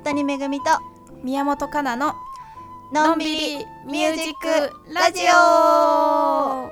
谷めぐみと宮本かなののんびりミュージックラジオ。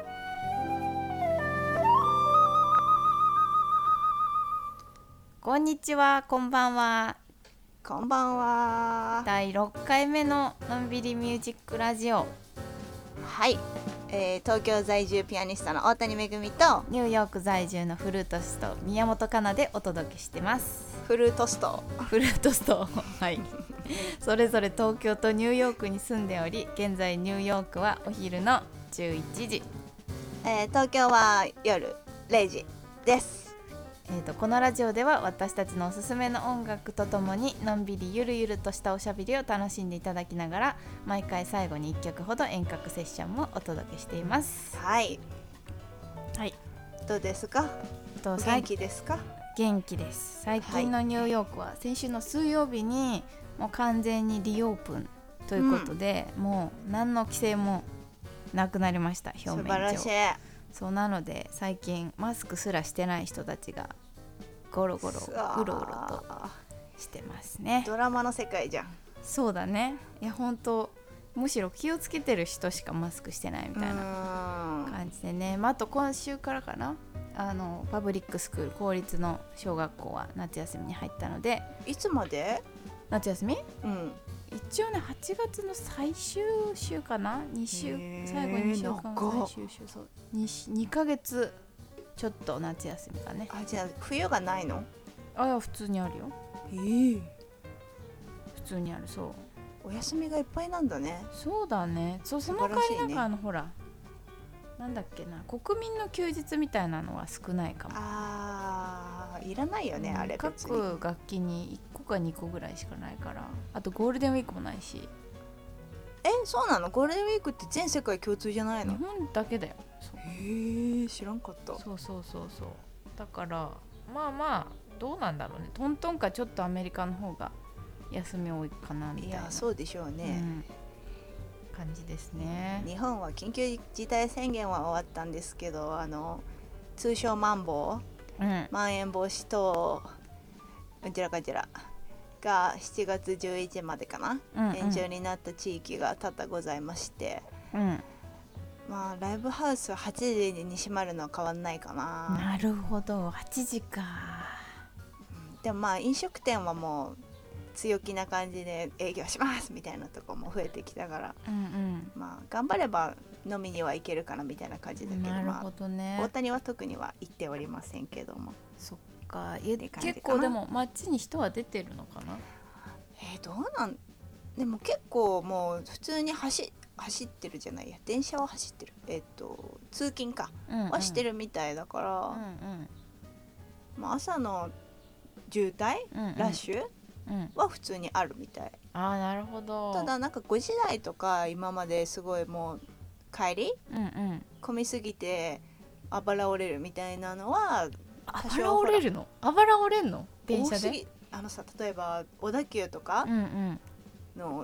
こんにちは、こんばんは。 こんばんは。 第6回目ののんびりミュージックラジオ。 はい、東京在住ピアニストの大谷めぐみとニューヨーク在住のフルートスト宮本かなでお届けしてます。 フルートストフルートストはいそれぞれ東京とニューヨークに住んでおり、現在ニューヨークはお昼の11時、 東京は夜0時です。 このラジオでは私たちのおすすめの音楽とともにのんびりゆるゆるとしたおしゃべりを楽しんでいただきながら、毎回最後に1曲ほど遠隔セッションもお届けしています。 はい、 はい、 どうですか？元気ですか？ 元気です。最近のニューヨークは先週の水曜日にもう完全にリオープンということで、もう何の規制もなくなりました。表面上素晴らしい。 そうなので最近マスクすらしてない人たちがゴロゴロうろうろとしてますね。 ドラマの世界じゃん。 そうだね。いや本当むしろ気をつけてる人しかマスクしてないみたいな感じでね。あと今週からかな、パブリックスクール公立の小学校は夏休みに入ったので。 いつまで？ 夏休み？一応ね8月の最終週かな、2週最後2週間が最終週、そう 2ヶ月ちょっと夏休みかね。 じゃあ冬がないの？ いや普通にあるよ。普通にある。そうお休みがいっぱいなんだね。 そうだね。その代わりなんかほらなんだっけな、国民の休日みたいなのは少ないかも。 いらないよね、あれ別に。 各学期に1個か2個ぐらいしかないから。あとゴールデンウィークもないし。 そうなの？ゴールデンウィークって全世界共通じゃないの？ 日本だけだよ。 知らんかった。 そうだからまあどうなんだろうね。トントンかちょっとアメリカの方が休み多いかなみたいな。 いやそうでしょうね、 感じですね。 日本は緊急事態宣言は終わったんですけど、通称まん延防止等うんちゃらかんちゃらが7月11日までかな、延長になった地域が多々ございまして、まあライブハウスは8時に閉まるのは変わんないかな。 なるほど、8時か。 でもまあ飲食店はもう強気な感じで営業しますみたいなとこも増えてきたから、まあ頑張れば飲みには行けるかなみたいな感じだけど、 なるほどね。 大谷は特には行っておりませんけども。 そっか。結構でも街に人は出てるのかな。 どうなんでも結構もう普通に走ってるじゃないや、電車は走ってる、通勤か、はしてるみたいだから、まあ、朝の渋滞、ラッシュは普通にあるみたい。 なるほど。 ただなんか5時台とか今まですごいもう帰り、混みすぎてあばら折れるみたいなのはあばら折れるの？あばら折れんの？電車で？ 例えば小田急とかの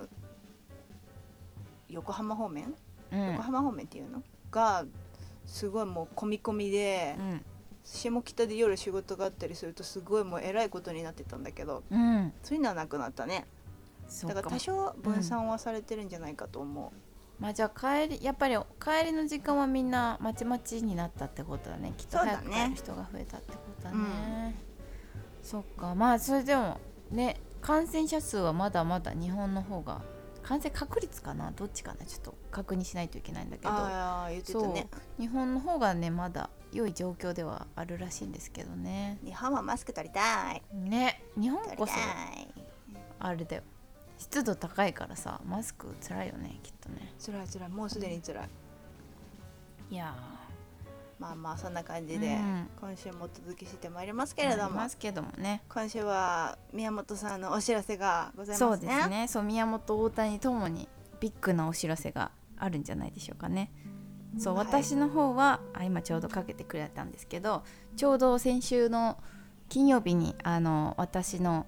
横浜方面、横浜方面っていうのがすごいもう混み込みで、下北で夜仕事があったりするとすごいもうえらいことになってたんだけど、そういうのはなくなったね。だから多少分散はされてるんじゃないかと思う。 まあじゃあやっぱり帰りの時間はみんなまちまちになったってことだね。きっと早く帰る人が増えたってことだね。そっか。まあそれでもね、感染者数はまだまだ日本の方が、感染確率かな、どっちかな、ちょっと確認しないといけないんだけど、 言ってたね。 日本の方がねまだ良い状況ではあるらしいんですけどね。 日本はマスク取りたいね。日本こそあれだよ、湿度高いからさ、マスクつらいよね、きっとね。 つらい、もうすでにつらい。 いやまあそんな感じで、今週もお届けしてまいりますけれども、 ね、 今週は宮本さんのお知らせがございますね。 そうですね。そう、宮本大谷ともにビッグなお知らせがあるんじゃないでしょうかね。そう、私の方は今ちょうどかけてくれたんですけど、ちょうど先週の金曜日に私の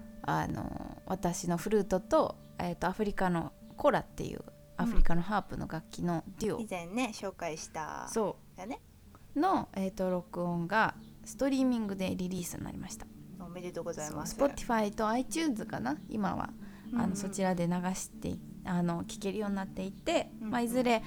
フルートと、アフリカのコラっていうアフリカのハープの楽器のデュオ、 以前ね紹介したそうだねの、録音がストリーミングでリリースになりました。 めでとうございます。 Spotify と iTunes かな今はそちらで流して聴けるようになっていて、いずれ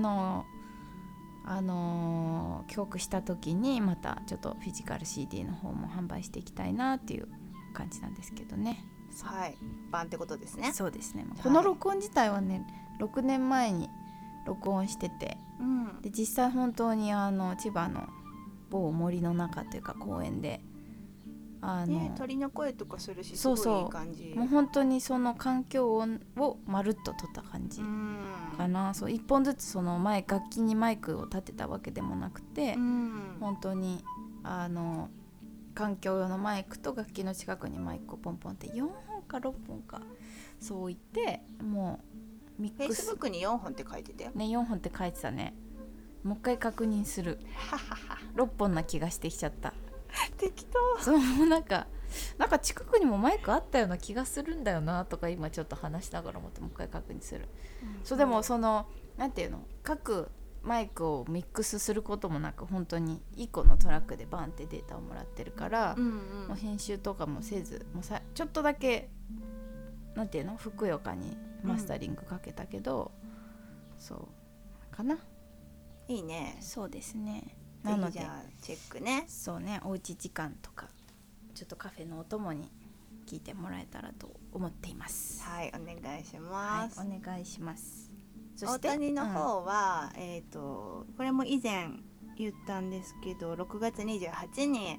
帰国した時にまたちょっとフィジカル CD の方も販売していきたいなっていう感じなんですけどね。 はい、版ってことですね。 そうですね、この録音自体はね6年前に録音してて、で実際本当に千葉の某森の中というか公園で鳥の声とかするし、すごいいい感じ。 もう本当にその環境音をまるっと取った感じかな。そう一本ずつその楽器にマイクを立てたわけでもなくて、本当に環境用のマイクと楽器の近くにマイクをポンポンって4本か6本かそう言ってもうミックス。 Facebook に4本って書いてたよね。4本って書いてたね。もう一回確認する6本な気がしてきちゃった適当。 そうなんか近くにもマイクあったような気がするんだよなとか今ちょっと話しながら思ってもう一回確認する、そうでもそのなんていうの各マイクをミックスすることもなく本当に1個のトラックでバンってデータをもらってるから、もう編集とかもせずもうちょっとだけなんていうのふくよかにマスタリングかけたけど、そうかな。 いいね。 そうですね。 なのでじゃあチェックね。 そうね、おうち時間とかちょっとカフェのお供に聞いてもらえたらと思っています。 はい、お願いします。 はい、お願いします。 そして大谷の方は、これも以前言ったんですけど6月28日に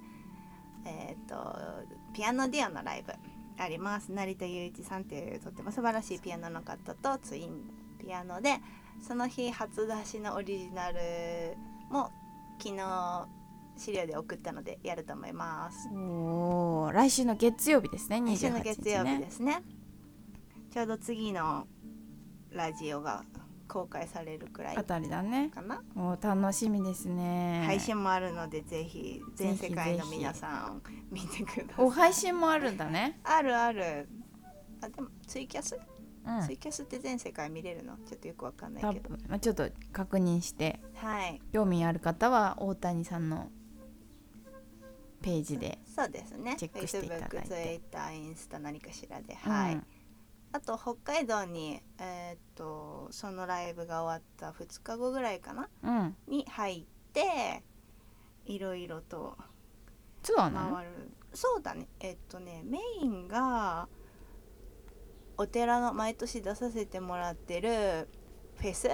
ピアノデュオのライブあります。成田雄一さんっていうとっても素晴らしいピアノの方とツインピアノで、その日初出しのオリジナルも昨日資料で送ったのでやると思います。 来週の月曜日ですね。28日ね。 来週の月曜日ですね。ちょうど次のラジオが公開されるくらいあたりだねかな。 楽しみですね。 配信もあるのでぜひ全世界の皆さん見てください。 配信もあるんだね。 あるある。でもツイキャス、ツイキャスって全世界見れるのちょっとよくわかんないけど、 ちょっと確認して、興味ある方は大谷さんのページでチェックしていただいて、 Facebook、Twitter、インスタ何かしらで、あと北海道に、そのライブが終わった2日後ぐらいかな、に入っていろいろと回る。そうだね。メインがお寺の毎年出させてもらってるフェス、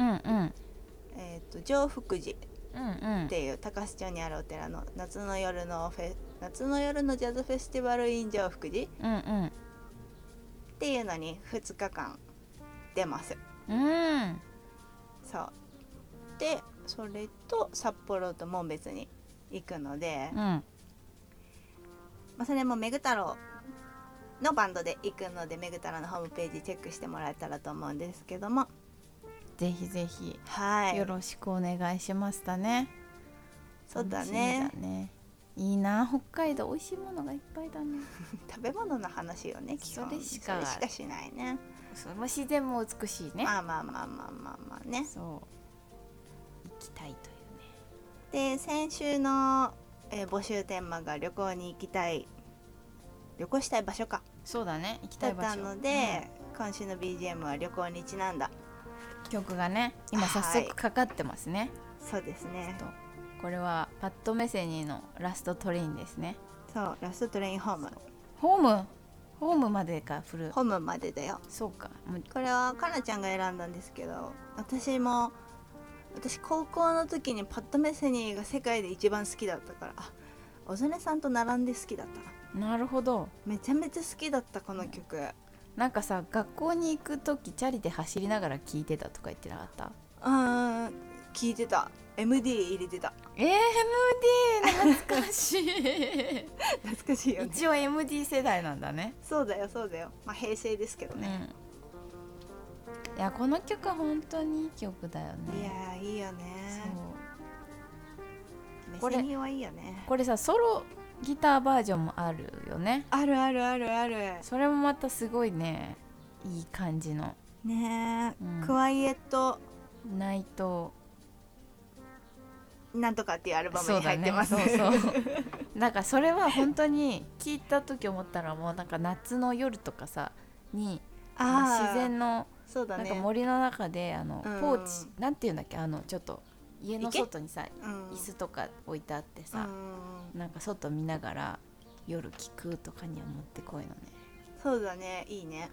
上福寺っていう高須町にあるお寺の夏の夜のジャズフェスティバル in 上福寺、っていうのに2日間出ます。そうでそれと札幌と紋別に行くので、それもめぐたろうのバンドで行くので、めぐたろうのホームページチェックしてもらえたらと思うんですけども、 ぜひぜひ、よろしくお願いしましたね。 そうだね。 いいな、北海道美味しいものがいっぱいだね。 食べ物の話よね、基本それしかしないね。 自然も美しいね。 まあね。 そう行きたいというね。で先週の、募集テーマが旅行したい場所か。 そうだね、行きたい場所だったので、今週の BGM は旅行にちなんだ曲がね今早速かかってますね。 そうですね。 これはパッド・メセニーのラストトレインですね。 そう、ラストトレインホーム。 ホームまでか。 ホームまでだよ。 そうか。 これはかなちゃんが選んだんですけど、私高校の時にパッド・メセニーが世界で一番好きだったから、小曽根さんと並んで好きだったな。なるほど。 めちゃめちゃ好きだったこの曲。 なんかさ、学校に行く時チャリで走りながら聴いてたとか言ってなかった？ 聞いてた。MD 入れてた。 MD 懐かしい懐かしいよね。 一応 MD 世代なんだね。 そうだよ。平成ですけどね、 いやこの曲は本当にいい曲だよね。 いやいいよね。 そう、 メセニーはいいよね。 これさ、ソロギターバージョンもあるよね。 ある。 それもまたすごいね、いい感じのね。クワイエットナイトなんとかっていうアルバムに入ってますね。 そうそうなんかそれは本当に聞いた時思ったらもうなんか夏の夜とかさに自然のなんか森の中でポーチなんていうんだっけちょっと家の外にさ椅子とか置いてあってさなんか外見ながら夜聞くとかにはもってこいのね。 そうだね、いいね。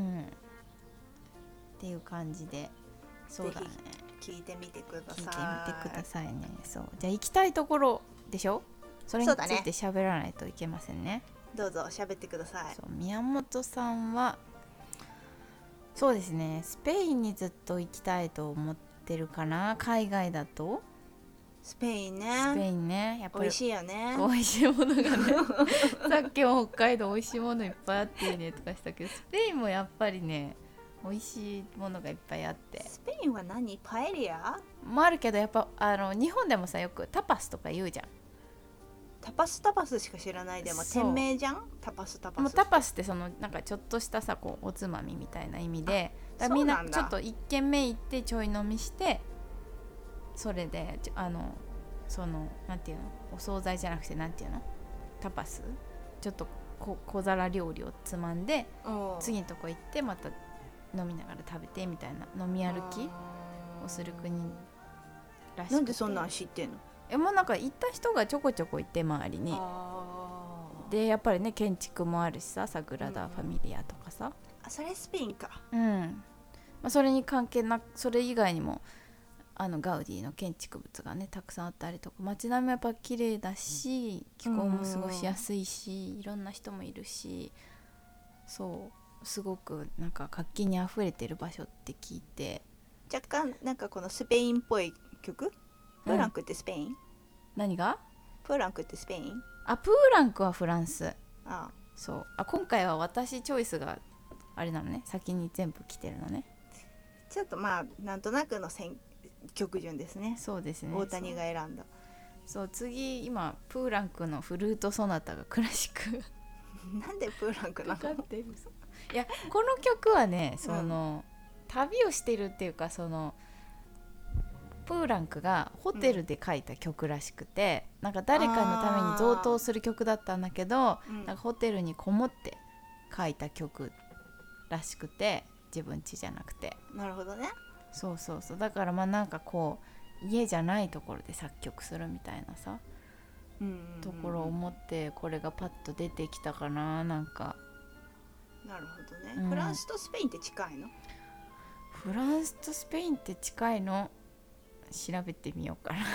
っていう感じで、そうだね。 聞いてみてください。 聞いてみてくださいね。そう。じゃあ行きたいところでしょ？それについて喋らないといけませんね。 どうぞ喋ってください。 そう、宮本さんはそうですね。スペインにずっと行きたいと思ってるかな。海外だと。 スペインね。 スペインね。やっぱり美味しいよね。 美味しいものがね。さっきも北海道美味しいものいっぱいあっていいねとかしたけど、スペインもやっぱりね。美味しいものがいっぱいあって。 スペインは何？パエリアもあるけど、やっぱ日本でもさよくタパスとか言うじゃん。 タパスしか知らない。でも店名じゃん。タパスもうタパスってそのなんかちょっとしたさこうおつまみみたいな意味で、だみんなちょっと一軒目行ってちょい飲みして、それでそのなんていうの、お惣菜じゃなくてなんていうの、タパス、ちょっと小皿料理をつまんで次のとこ行ってまた飲みながら食べてみたいな飲み歩きをする国らしくて。 なんでそんなん知ってんの？ もうなんか行った人がちょこちょこいて周りに。でやっぱりね建築もあるしさ、サグラダ・ファミリアとかさ、 それスペインか。 それに関係なく、それ以外にもガウディの建築物がねたくさんあったりとか、街並みはやっぱ綺麗だし、気候も過ごしやすいし、いろんな人もいるし、そうすごくなんか活気にあふれてる場所って聞いて、 若干なんかこのスペインっぽい曲。プーランクってスペイン？ 何が？ プーランクってスペイン？ プーランクはフランス。そう今回は私チョイスがあれなのね、先に全部来てるのね。 ちょっとまあなんとなくの曲順ですね。 そうですね、 大谷が選んだ。 そう次今プーランクのフルートソナタがクラシックなんでプーランクなの？ かかってる。いやこの曲はね、その、旅をしてるっていうか、そのプーランクがホテルで書いた曲らしくて、なんか誰かのために贈答する曲だったんだけど、なんかホテルにこもって書いた曲らしくて、自分家じゃなくて。 なるほどね。 そうだからまあなんかこう家じゃないところで作曲するみたいなさ、ところを思ってこれがパッと出てきたかな。なんかなるほどね。フランスとスペインって近いの？ フランスとスペインって近いの？調べてみようかな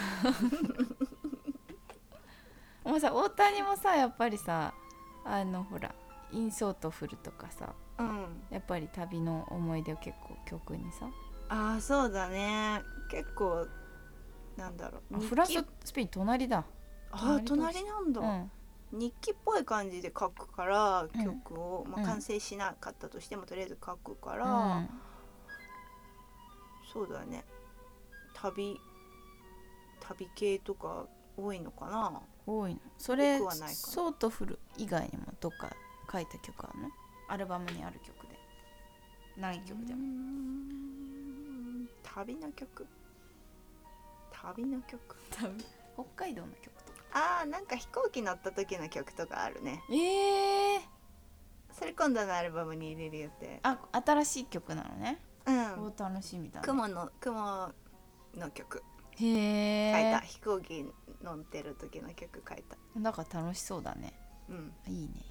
もうさ、大谷もさやっぱりさほらインソートフルとかさ、やっぱり旅の思い出を結構曲にさ。 そうだね。結構なんだろう、 フランスとスペイン隣だ。 隣なんだ、日記っぽい感じで書くから、曲を、完成しなかったとしてもとりあえず書くから、そうだね。旅系とか多いのかな。 多いの。それソートフル以外にもどっか書いた曲あるの？アルバムにある曲で何曲でも。 旅の曲北海道の曲とか。 なんか飛行機乗った時の曲とかあるね。それ今度のアルバムに入れる予定。 新しい曲なのね。楽しみだね。雲の曲書いた。飛行機乗ってる時の曲書いた。 だから楽しそうだね。いい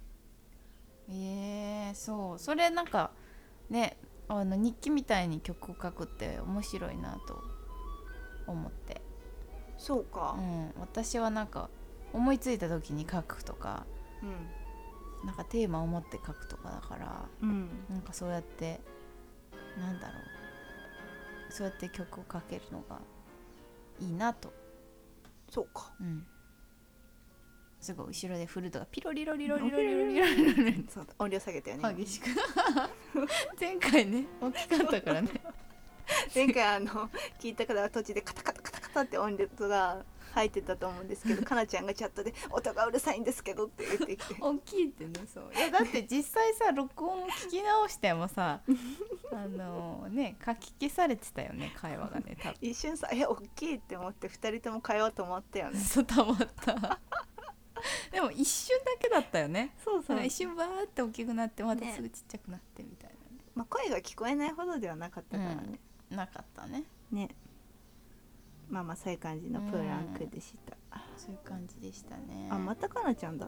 ね。それなんかね、日記みたいに曲を書くって面白いなと思って。 そうか。 私はなんか思いついた時に書くとか、なんかテーマを持って書くとかだから、なんかそうやってなんだろう、そうやって曲を書けるのがいいなと。 そうか。 すごい後ろでフルートがピロリロリロリロリロリロリロリそう音量下げたよね。 激しく前回ね大きかったからね前回聞いたから途中でカタカタカタカタって音量が入ってたと思うんですけど、かなちゃんがチャットで音がうるさいんですけどって言ってきて大きいってね。そういやだって実際さ録音聞き直してもさね書き消されてたよね会話がね多分一瞬さ大きいって思って2人とも会話止まったよね。 そうたまったでも一瞬だけだったよね。 そうそう、 一瞬バーって大きくなってまたすぐちっちゃくなってみたいなね。 まあ、声が聞こえないほどではなかったからね、 なかったね。 ね、まあまあそういう感じのプランクでした、 そういう感じでしたね。 あ、またかなちゃんだ。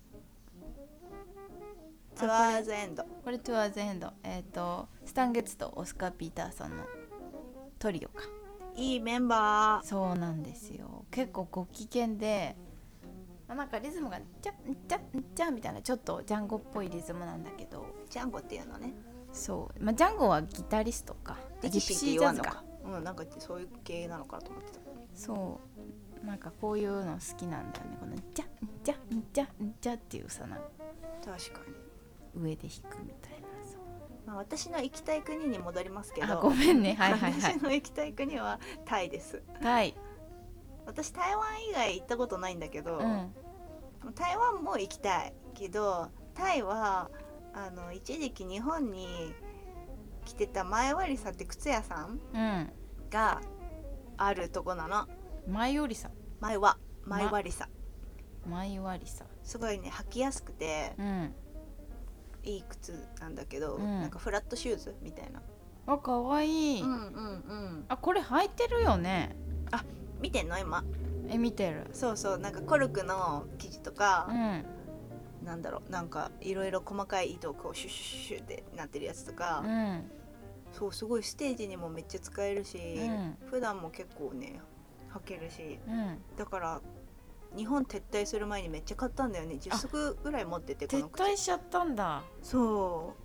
ツアーズエンド、 これトゥアーズエンド、スタンゲッツとオスカー・ピーターソンのトリオか。 いいメンバー。 そうなんですよ。結構ご機嫌で、なんかリズムがチャッチャッチャッみたいなちょっとジャンゴっぽいリズムなんだけど、 ジャンゴっていうのね。 そう、まあ、ジャンゴはギタリストかジプシージャズか、うん、なんかそういう系なのかなと思ってた。 そうなんかこういうの好きなんだよね、このジャッジャッジャッジャッっていうさ、なんか確かに上で弾くみたいな。そう、 まあ、私の行きたい国に戻りますけど、 ごめんね、はいはいはい私の行きたい国はタイです。 タイ、 私台湾以外行ったことないんだけど、台湾も行きたいけど、タイは一時期日本に来てた前割さって靴屋さんがあるとこなの。 前よりさ、 前割さ、 前割さ、 すごいね履きやすくて、いい靴なんだけど、なんかフラットシューズみたいな。 あ、かわいい。あ、これ履いてるよね。 あ、見てんの今。 見てる。 そうそう、なんかコルクの生地とか、なんだろう、なんかいろいろ細かい糸をこうシュッシュッシュッってなってるやつとか、そう、すごいステージにもめっちゃ使えるし、普段も結構ね履けるし、だから日本撤退する前にめっちゃ買ったんだよね。10足ぐらい持ってて。この撤退しちゃったんだ。 そう、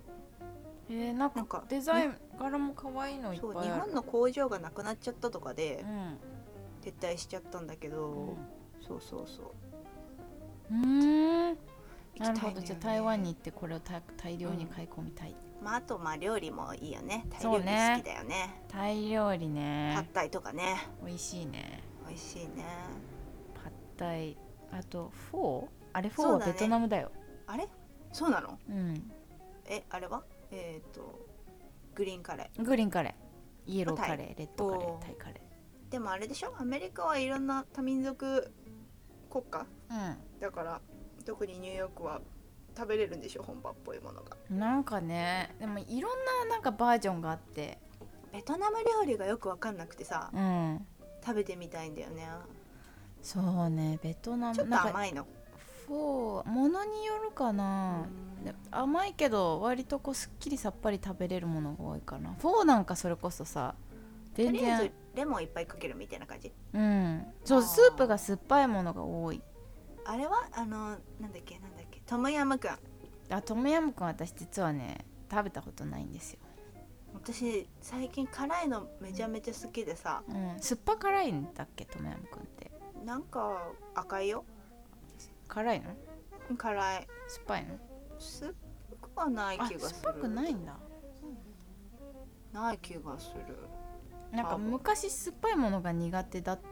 なんかデザイン柄も可愛いのいっぱいある。 そう、日本の工場がなくなっちゃったとかで、撤退しちゃったんだけど、そうそうそう。 なるほど、じゃあ台湾に行ってこれを大量に買い込みたい。 まあ、あとまあ料理もいいよね。タイ料理好きだよね。 タイ料理ね。 パッタイとかね。 美味しいね。 美味しいね。 パッタイ、あとフォー、あれフォーはベトナムだよ。 あれ、そうなの？あれはグリーンカレー。 グリーンカレー、イエローカレー、レッドカレー、タイカレー。でもあれでしょ、アメリカはいろんな多民族国家、だから特にニューヨークは食べれるんでしょ、本場っぽいものが。 なんかね、でもいろんななんかバージョンがあって、 ベトナム料理がよく分かんなくてさ、食べてみたいんだよね。 そうね、ベトナムちょっと甘いの。 フォー、ものによるかな。甘いけど割とこうすっきりさっぱり食べれるものが多いかな。フォーなんかそれこそさ、 全然とりあえずレモンいっぱいかけるみたいな感じ。 そう、スープが酸っぱいものが多い。 あれはなんだっけトムヤムクン。 トムヤムクン私実はね食べたことないんですよ。 私最近辛いのめちゃめちゃ好きでさ、 酸っぱ辛いんだっけトムヤムクンって。 なんか赤いよ。 辛いの？ 辛い。 酸っぱいの？ 酸っぱくはない気がする。 酸っぱくないんだ。 ない気がする。 なんか昔酸っぱいものが苦手だって、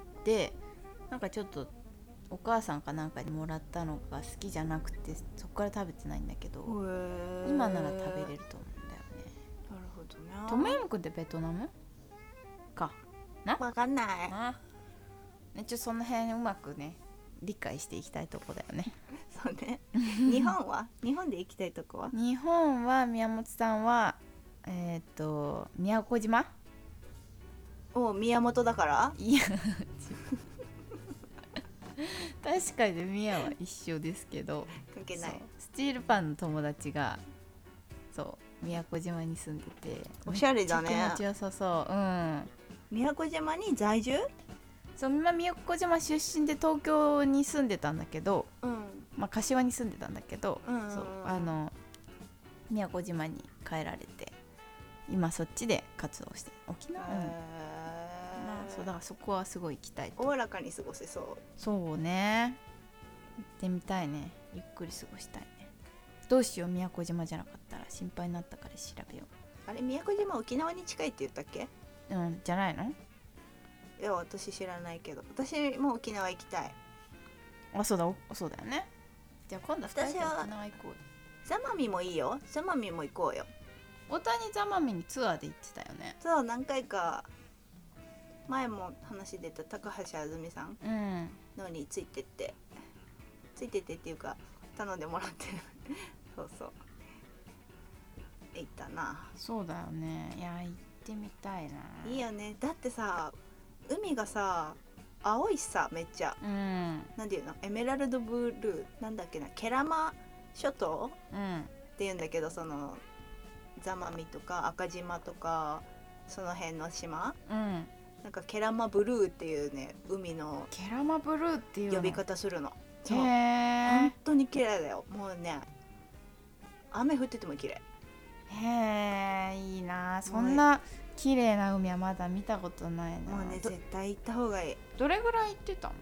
なんかちょっとお母さんかなんかにもらったのが好きじゃなくて、そこから食べてないんだけど、今なら食べれると思うんだよね。 なるほどね。 トムヤムクンってベトナムかな？ わかんないね、その辺うまくね理解していきたいとこだよね。 そうね。日本で行きたいとこは？ 日本は宮本さんは宮古島？ 宮本だから？ いや確かに宮は一緒ですけど関係ない。 スチールパンの友達がそう宮古島に住んでて、 おしゃれだね。 気持ちよさそう。 宮古島に在住？ そう、宮古島出身で東京に住んでたんだけど、柏に住んでたんだけど、そう宮古島に帰られて今そっちで活動してる。沖縄、そうだからそこはすごい行きたいと。 おおらかに過ごせそう。 そうね、行ってみたいね。ゆっくり過ごしたいね。どうしよう、宮古島じゃなかったら。心配になったから調べよう。 あれ、宮古島沖縄に近いって言ったっけ？ じゃないの？ いや私知らないけど、私も沖縄行きたい。 あ、そうだよね。じゃあ今度2人で沖縄行こうよ。 ザマミもいいよ。ザマミも行こうよ。 大谷ザマミにツアーで行ってたよね。 そう、何回か前も話出た高橋あずみさんのについてってっていうか頼んでもらってるそうそう行ったな。 そうだよね。いや行ってみたいな。 いいよね。だってさ、海がさ青いしさ、めっちゃ、なんていうの、エメラルドブルーなんだっけな、ケラマ諸島、っていうんだけど、そのザマミとか赤島とかその辺の島、なんかケラマブルーっていうね、海のケラマブルーっていう呼び方するの。 そう、 本当に綺麗だよ。もうね、雨降ってても綺麗。 へえ、いいな。そんな綺麗な海はまだ見たことないな。 もうね、絶対行った方がいい。 どれぐらい行ってたの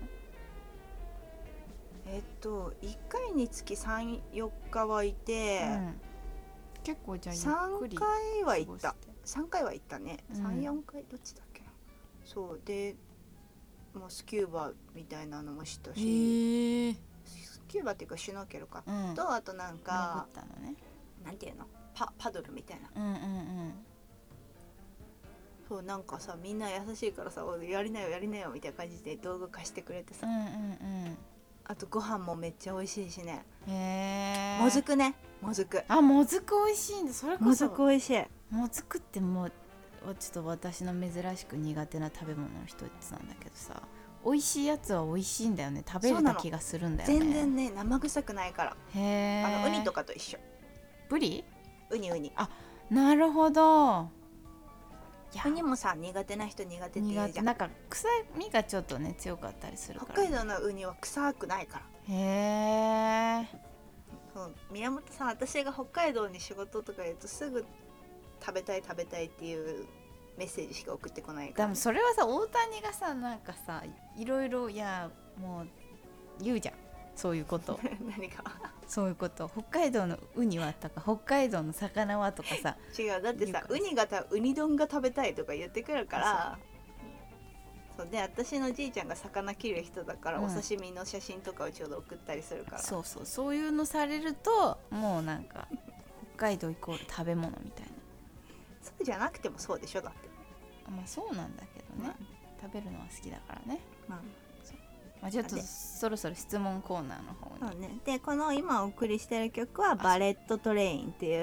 ？1回につき 3,4 日はいて、 結構じゃあゆっくり 3回は行った。3回は行ったね。3、4回どっちだっけな。そうで、もうスキューバみたいなのもしたし、スキューバっていうかシュノーケルか、とあとなんか潜ったのね、 なんていうの、パドルみたいな、そう、なんかさ、みんな優しいからさ、やりなよみたいな感じで道具貸してくれてさ、あとご飯もめっちゃ美味しいしね。もずくね、もずく。 あ、もずく美味しいんだ。それこそもずく美味しい。 もずくってもうちょっと私の珍しく苦手な食べ物の一つなんだけどさ、美味しいやつは美味しいんだよね。食べれた気がするんだよね。 全然ね、生臭くないから。ウニとかと一緒。 ブリ？ ウニ。 あ、なるほど。 ウニもさ、苦手な人苦手って言うじゃん。 なんか臭みがちょっとね強かったりするから、 北海道のウニは臭くないから。 へえ。 そう、宮本さん、私が北海道に仕事とか言うとすぐ食べたいっていうメッセージしか送ってこないから、 でもそれはさ、大谷がさ、なんかさ、いろいろ、いやもう言うじゃん、そういうこと何かそういうこと、北海道のウニはとか北海道の魚はとかさ違う、だってさ、ウニ丼が食べたいとか言ってくるから。そうで、私のじいちゃんが魚切る人だから、お刺身の写真とかをちょうど送ったりするから、 そういうのされると、もうなんか北海道イコール食べ物みたいな。 そうじゃなくてもそうでしょ、だって。 まあそうなんだけどね、食べるのは好きだからね。ちょっとそろそろ質問コーナーの方に。 そうね。で、この今お送りしてる曲はバレットトレインっていう、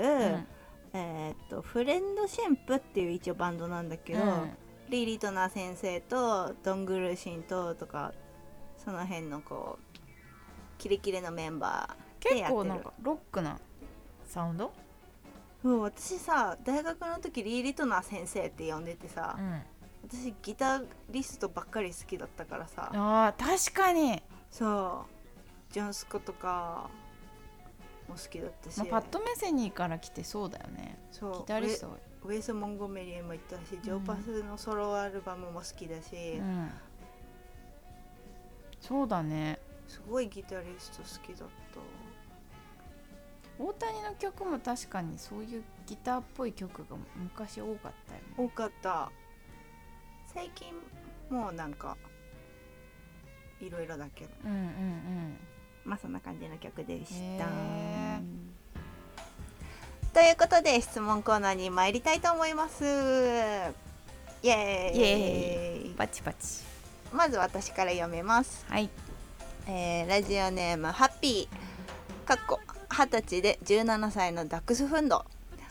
フレンドシェンプっていう一応バンドなんだけど、リリトナ先生とドングルシンとか、その辺のこうキレキレのメンバーでやってる。 結構なんかロックなサウンド。 そう、私さ、大学の時リリトナ先生って呼んでてさ、私ギタリストばっかり好きだったからさ。 あ、確かに。 そうジョン・スコとかも好きだったし、 パッド・メセニーから来てそうだよね。 そう、 ギタリストウェス・モンゴメリーも行ったし、ジョーパスのソロアルバムも好きだし、 そうだね、 すごいギタリスト好きだった。 大谷の曲も確かにそういうギターっぽい曲が昔多かったよね。 多かった。最近もうなんかいろいろだけど、まあそんな感じの曲でした。ということで質問コーナーに参りたいと思います。イエーイ、 パチパチ。まず私から読めます。 はい。 ラジオネームハッピーかっこ20歳で17歳のダックスフンド。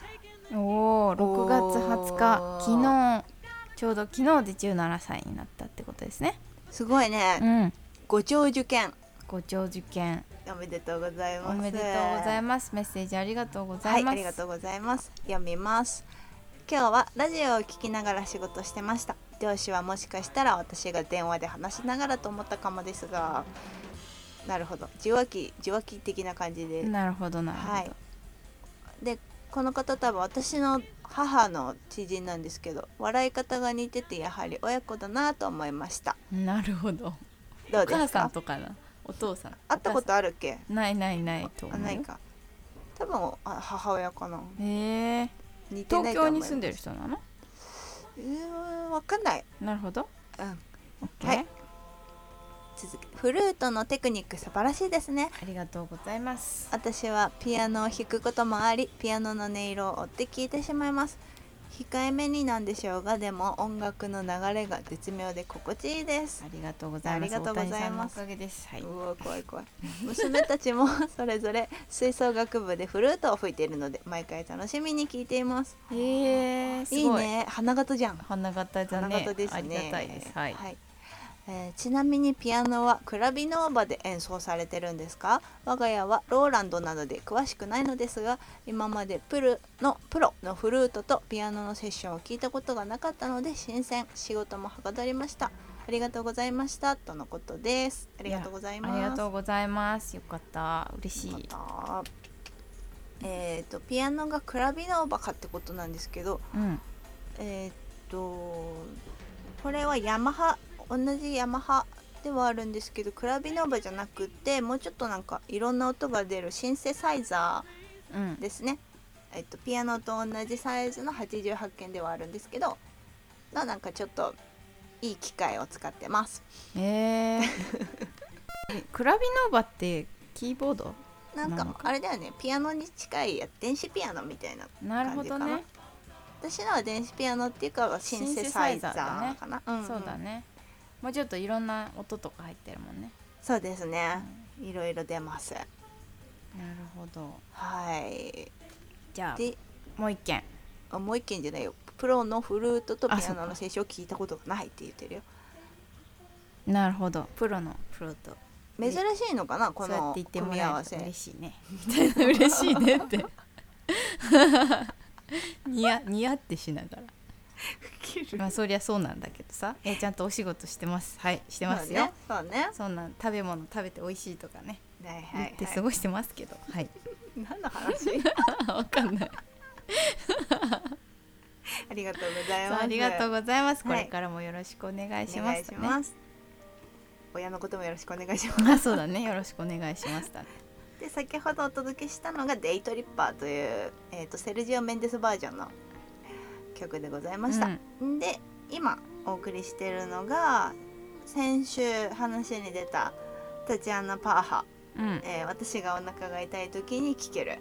6月20日、昨日ちょうど昨日で17歳になったってことですね。 すごいね、ご長受験おめでとうございます。 おめでとうございます。 メッセージありがとうございます。 はい、ありがとうございます。読みます。今日はラジオを聞きながら仕事してました。上司はもしかしたら私が電話で話しながらと思ったかもですが、なるほど、受話器的な感じで。 なるほど。 はい。で、この方多分私の母の知人なんですけど、笑い方が似ててやはり親子だなと思いました。 なるほど。 どうですか？お母さんとかな、お父さん。 会ったことあるっけ？ ないと思うよ。 ないか。多分母親かな。 似てないと思います。東京に住んでる人なの？ わかんない。 なるほど。 OK、 はい、フルートのテクニック素晴らしいですね。 ありがとうございます。 私はピアノを弾くこともあり、ピアノの音色を追って聴いてしまいます。控えめになんでしょうが、でも音楽の流れが絶妙で心地いいです。 ありがとうございます。 ありがとうございます。 おかげです。はい、 うわ怖い怖い。娘たちもそれぞれ吹奏楽部でフルートを吹いているので、毎回楽しみに聴いています。 すごい。 いいね、花形じゃん。 花形だね。 花形ですね。 ありがたいです。はい、 はいちなみにピアノはクラビノーバで演奏されてるんですか？我が家はローランドなどで詳しくないのですが、今までプロのフルートとピアノのセッションを聞いたことがなかったので新鮮、仕事もはかどりました。ありがとうございましたとのことです。ありがとうございます。 ありがとうございます。よかった、嬉しい。 ピアノがクラビノーバかってことなんですけど、これは同じヤマハではあるんですけど、クラビノーバじゃなくてもうちょっとなんかいろんな音が出るシンセサイザーですね。ピアノと同じサイズの88件ではあるんですけど、なんかちょっといい機械を使ってます。 クラビノーバってキーボードなんかあれだよね、ピアノに近い電子ピアノみたいな感じかな。 なるほどね。 私のは電子ピアノっていうかシンセサイザーかな。 そうだね。もうちょっといろんな音とか入ってるもんね。 そうですね、いろいろ出ます。なるほど。 はい。 じゃあもう一件。 もう一件じゃないよ、プロのフルートとピアノのセッションを聞いたことがないって言ってるよ。 なるほど、プロのフルート珍しいのかな、この組み合わせ。 嬉しいねみたいな、嬉しいねってニヤってしながらまあそりゃそうなんだけどさ、ちゃんとお仕事してます。はい、してますよ。 そうね。 そんな食べ物食べて美味しいとかね、 はい言って過ごしてますけど、はい。 何の話わかんないありがとうございます。 ありがとうございます。これからもよろしくお願いします、ね。お願いします。 親のこともよろしくお願いします。 そうだね、よろしくお願いしますだね。 で先ほどお届けしたのがデイトリッパーという、セルジオ・メンデスバージョンの曲でございました、で今お送りしているのが先週話に出たタチアナ・パーハ、私がお腹が痛い時に聴ける、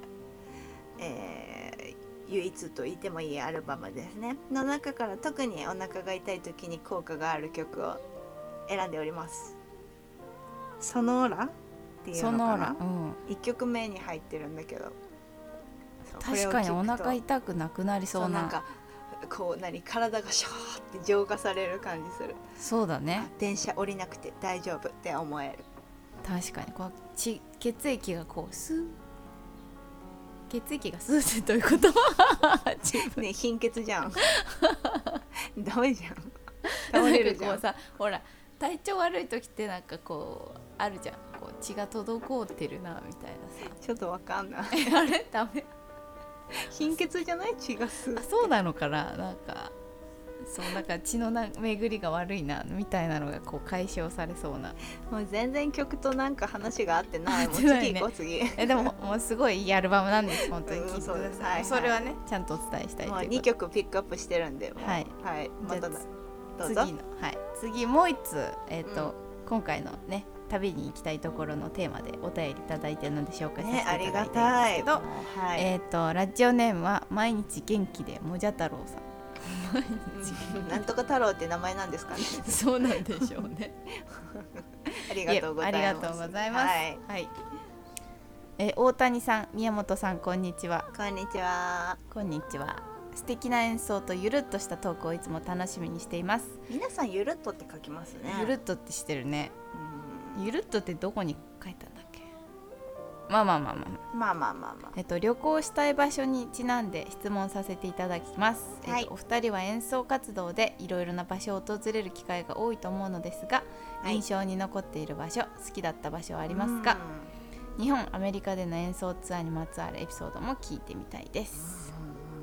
唯一と言ってもいいアルバムですねの中から特にお腹が痛い時に効果がある曲を選んでおります。ソノーラっていうのかな、1曲目に入ってるんだけど、 確かにお腹痛くなくなりそうな、 なんかこう体がシャーって浄化される感じする。 そうだね、 電車降りなくて大丈夫って思える。 確かにこう血液がこうスー、血液がスーってどういうことね、貧血じゃんダメじゃん、倒れるじゃん。 こうさ、ほら体調悪い時ってなんかこうあるじゃん、こう血が滞ってるなみたいなさ。 ちょっとわかんないあれダメ貧血じゃない？血が吸う。 あ、そうなのかな。なんかそうなんか血の巡りが悪いなみたいなのがこう解消されそうな。 もう全然曲となんか話が合ってない。もう次行こう次。 でももうすごいいいアルバムなんです本当に。 そうです、はい、 それはねちゃんとお伝えしたいということで。 もう2曲ピックアップしてるんで、 はいはい、またどうぞ。 次もう一つ今回のね旅に行きたいところのテーマでお便りいただいてるので紹介させていただいてるんですけど、ラジオネームは毎日元気でもじゃ太郎さんなんとか太郎って名前なんですかねそうなんでしょうねありがとうございます。 ありがとうございます。はい、大谷さん、宮本さん、こんにちは。 こんにちは。 こんにちは。素敵な演奏とゆるっとしたトークをいつも楽しみにしています。 皆さんゆるっとって書きますね。 ゆるっとってしてるね。ゆるっとってどこに書いたんだっけ。まあ旅行したい場所にちなんで質問させていただきます。お二人は演奏活動でいろいろな場所を訪れる機会が多いと思うのですが、印象に残っている場所、好きだった場所はありますか？日本、アメリカでの演奏ツアーにまつわるエピソードも聞いてみたいです。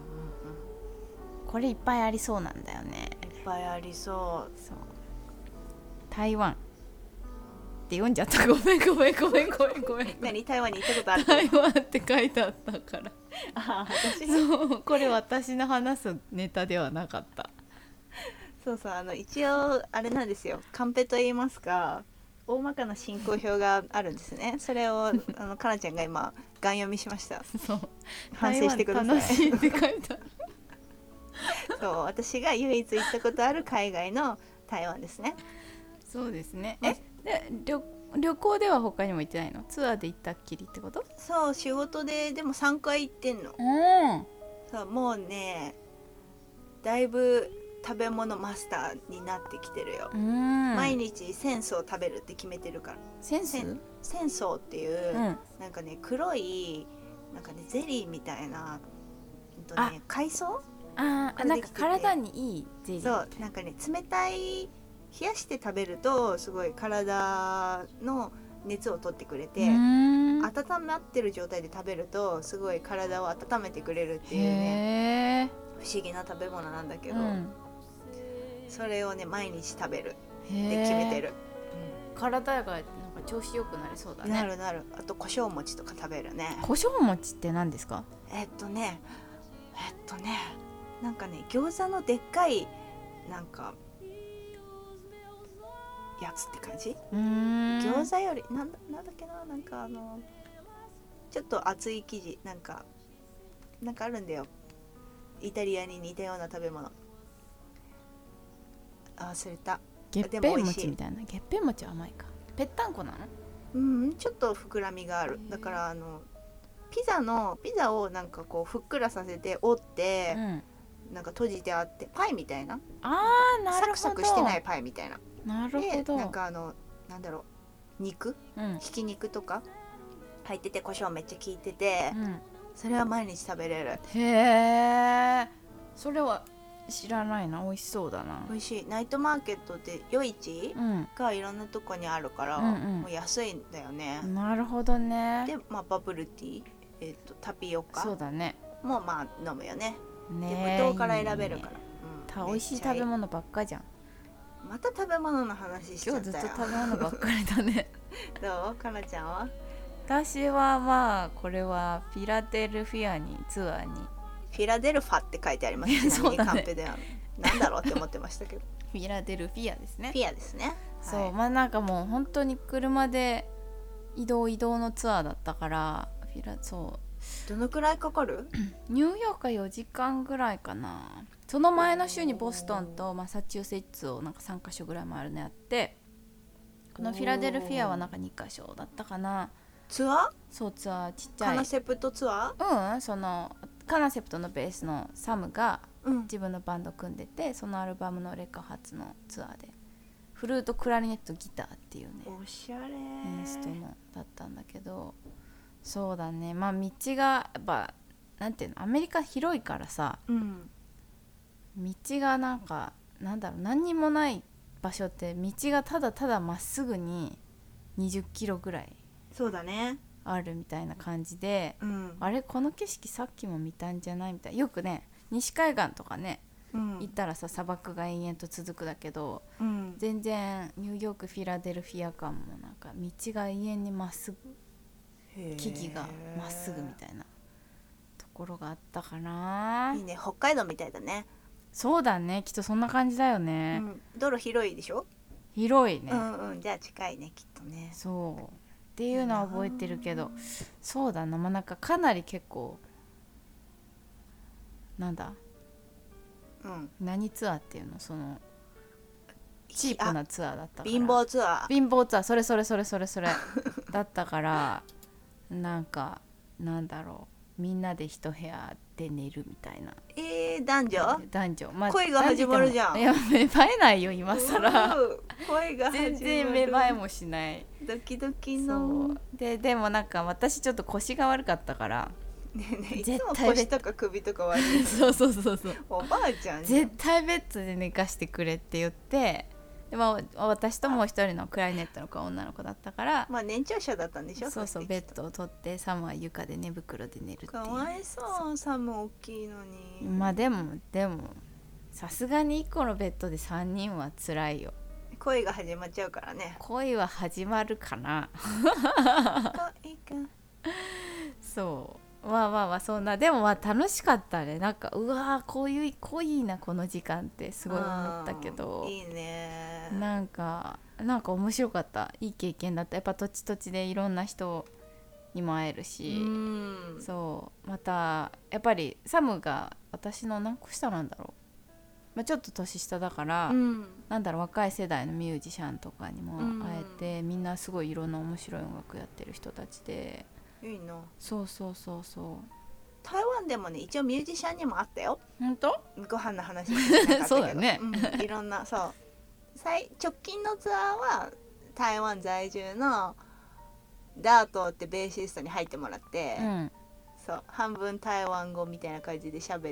これいっぱいありそうなんだよね。 いっぱいありそう。 台湾って読んじゃった。ごめん何、台湾に行ったことある？ 台湾って書いてあったから私そう、これ私の話すネタではなかった。 そうそう一応あれなんですよ、カンペと言いますか大まかな進行表があるんですね。それをかなちゃんが今ガン読みしました。 そう反省してください。 楽しいって書いてあるそう私が唯一行ったことある海外の台湾ですね。 そうですね。で旅行では他にも行ってないの？ツアーで行ったっきりってこと？ そう仕事ででも3回行ってんの。そうもうねだいぶ食べ物マスターになってきてるよ。毎日センスを食べるって決めてるから。 センスっていう、なんかね黒いなんかねゼリーみたいな海藻なんか体にいいゼリー。 そうなんかね冷たい冷やして食べるとすごい体の熱を取ってくれて、温まってる状態で食べるとすごい体を温めてくれるっていうね不思議な食べ物なんだけど、それをね毎日食べるって決めてる。 体がなんか調子よくなりそうだね。 なる。あと胡椒餅とか食べるね。 胡椒餅って何ですか？ なんかね餃子のでっかいなんかやつって感じ。餃子よりなんだっけな、なんかちょっと厚い生地なんかあるんだよ、イタリアに似たような食べ物。忘れた。 月餅餅みたいな。月餅餅は甘いか。ぺったんこなの？ちょっと膨らみがある。だからピザをなんかこうふっくらさせて折って、なんか閉じてあってパイみたいな。 なるほど。 サクサクしてないパイみたいな。 なるほど。 でなんかなんだろう肉、ひき肉とか入ってて胡椒めっちゃ効いてて、それは毎日食べれる。 へえ。それは知らないな。美味しそうだな。 美味しい。ナイトマーケットって夜市がいろんなとこにあるから、もう安いんだよね。 なるほどね。 でバブルティー、タピオカそうだねも飲むよね。でぶどうから選べるから。 美味しい食べ物ばっかじゃん。 また食べ物の話しちゃったよ。 今日ずっと食べ物ばっかりだねどうかなちゃんは？ 私はこれはフィラデルフィアにツアーに。 フィラデルファって書いてありますね。 そうだね。 カンペではなんだろうって思ってましたけどフィラデルフィアですね。 フィアですね。 そう、なんかもう本当に車で移動のツアーだったからどのくらいかかる？ ニューヨークは4時間ぐらいかな。その前の週にボストンとマサチューセッツをなんか3カ所ぐらい回るのやって、このフィラデルフィアはなんか2カ所だったかな。 ツアー？ そうツアーちっちゃい。 カナセプトツアー？ そのカナセプトのベースのサムが自分のバンド組んでて、そのアルバムのレカ発のツアーでフルートクラリネットギターっていうねおしゃれインストのだったんだけど、そうだね。道がやっぱなんていうの、アメリカ広いからさ、道がなんかなんだろう、何にもない場所って道がただただまっすぐに20キロぐらいそうだねあるみたいな感じで、あれこの景色さっきも見たんじゃないみたいな。よくね西海岸とかね、行ったらさ砂漠が延々と続くだけど、全然ニューヨークフィラデルフィア間もなんか道が永遠にまっすぐ、木々がまっすぐみたいなところがあったかな。 いいね、北海道みたいだね。 そうだね、きっとそんな感じだよね。 道路広いでしょ？ 広いね。 じゃあ近いねきっとね。 そうっていうのは覚えてるけど、そうだな、なんかかなり結構なんだ、何ツアーっていうの、そのチープなツアーだったから。 貧乏ツアーそれだったからなんかなんだろう、みんなで一部屋で寝るみたいな。 男女、恋が始まるじゃん。 いや芽生えないよ今更恋が始まる。 全然芽生えもしない。 ドキドキの。 でもなんか私ちょっと腰が悪かったからいつも腰とか首とか悪いそうおばあちゃん絶対ベッドで寝かしてくれって言って、で私ともう一人のクラリネットの子は女の子だったから、 年長者だったんでしょ。 そうベッドを取ってサムは床で寝袋で寝るっていう。 かわいそう、サム大きいのに。 でもさすがに1個のベッドで3人は辛いよ。 恋が始まっちゃうからね。 恋は始まるかなそうそんなでも楽しかったね。なんかうわーこういう濃いなこの時間ってすごい思ったけど、 いいね。 なんか面白かった。いい経験だった。やっぱ土地土地でいろんな人にも会えるし、そうまたやっぱりサムが私の何個下なんだろう、ちょっと年下だから、なんだろう、若い世代のミュージシャンとかにも会えて、みんなすごいいろんな面白い音楽やってる人たちで、 いいな。 そう台湾でもね、一応ミュージシャンにもあったよ。 本当？ ご飯の話しなかったけどそうだね、 いろんな、そう直近のツアーは台湾在住のダートってベーシストに入ってもらって、そう半分台湾語みたいな感じで喋って、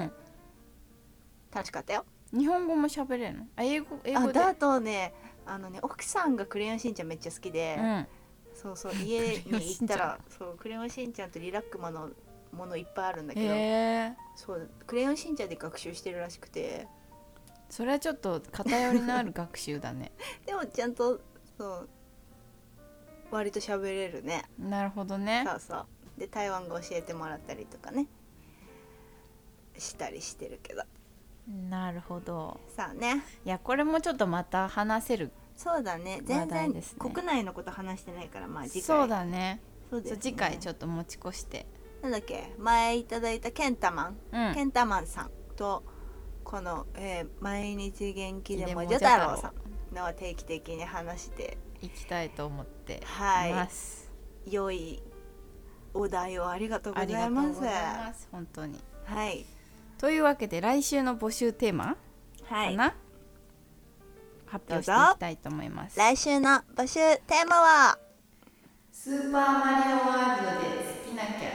楽しかったよ。 日本語も喋れるの？英語で。 ダートね、奥さんがクレヨンしんちゃんめっちゃ好きで、そう家に行ったらそうクレヨンしんちゃんとリラックマのものいっぱいあるんだけど、そうクレヨンしんちゃんで学習してるらしくて、 それはちょっと偏りのある学習だね。 でもちゃんとそう割と喋れるね。 なるほどね。 そうで台湾語教えてもらったりとかねしたりしてるけど。 なるほど。 さあね、 いやこれもちょっとまた話せる。 そうだね、全然国内のこと話してないから、次回。 そうだね。 そうですね、 次回ちょっと持ち越して、 なんだっけ、前いただいたケンタマンさんとこの、毎日元気でもじょ太郎さんの定期的に話していきたいと思っています。良いお題をありがとうございます。 本当に。 はい。 というわけで来週の募集テーマかな、発表していきたいと思います。 来週の募集テーマはスーパーマリオワールドで好きなキャ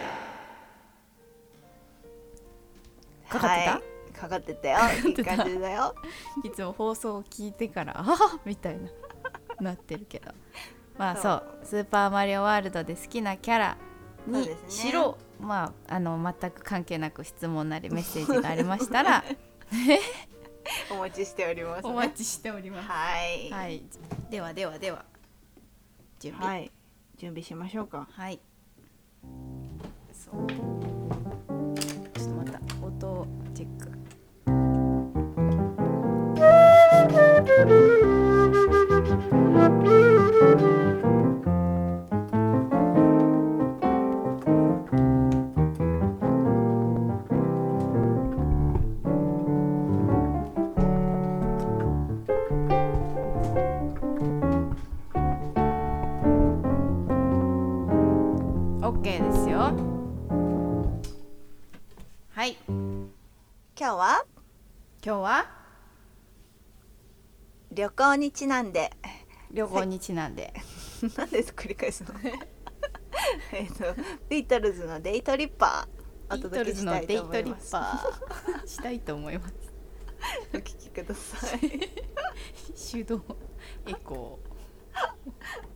ラ。かかってた？ かかってたよ。いい感じだよ。 いつも放送を聞いてからあみたいななってるけど、そうスーパーマリオワールドで好きなキャラにしろ、全く関係なく質問なりメッセージがありましたらお待ちしております、ね、 お待ちしております。はい、では準備、 準備しましょうか。 そうちょっとまた音チェック。OK ですよ。はい。 今日は旅行にちなんでなんでです繰り返すのビートルズのデイトリッパーお届けしたいと思います。 したいと思います。 お聞きください。 手動エコー。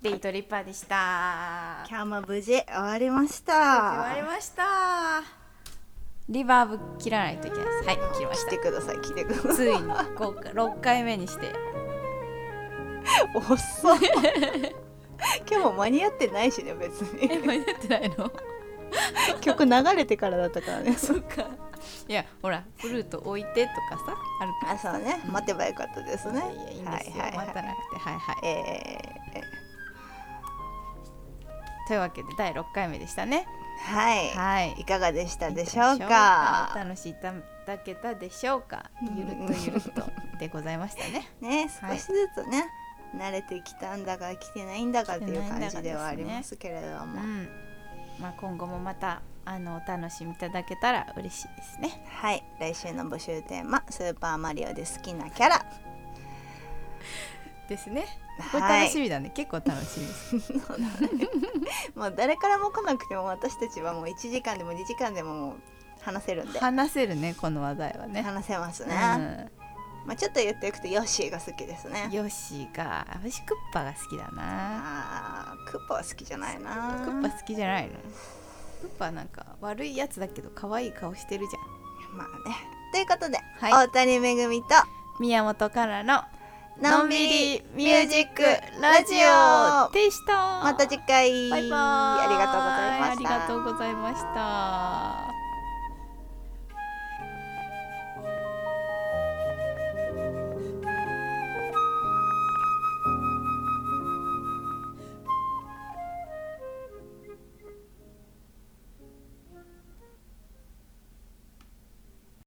デイトリッパーでした。 今日も無事終わりました。 終わりました。リバーブ切らないといけないです。はい、切りました。 来てください、来てください。 ついに6回目にして遅っ今日も間に合ってないしね、別に。 間に合ってないの曲流れてからだったからね。 そっか。いや、ほら、フルート置いてとかさ、あるから。 あ、そうね、待てばよかったですね。 いや、いいんですよ、待たなくて。はいはい。というわけで第6回目でしたね。 はい、 はい、 いかがでしたでしょうか。 お楽しいただけたでしょうか。ゆるっとゆるっとでございましたね。 ね、少しずつね、慣れてきたんだか来てないんだかっていう感じではありますけれども、 まあ、今後もまたお楽しみいただけたら嬉しいですね。 はい、来週の募集テーマ、スーパーマリオで好きなキャラですね。これ楽しみだね、結構楽しみです。 そうだねもう誰からも来なくても私たちはもう1時間でも2時間でももう話せるんで。 話せるね、この話題はね。 話せますね。まあ、ちょっと言っていくとヨッシーが好きですね。 ヨッシーが、私クッパが好きだな。 クッパは好きじゃないな。 クッパ好きじゃないの。クッパなんか悪いやつだけど可愛い顔してるじゃん。まあね。ということで、大谷めぐみと宮本からののんびりミュージックラジオでした。 また次回。 バイバイ。 ありがとうございました。 ありがとうございました。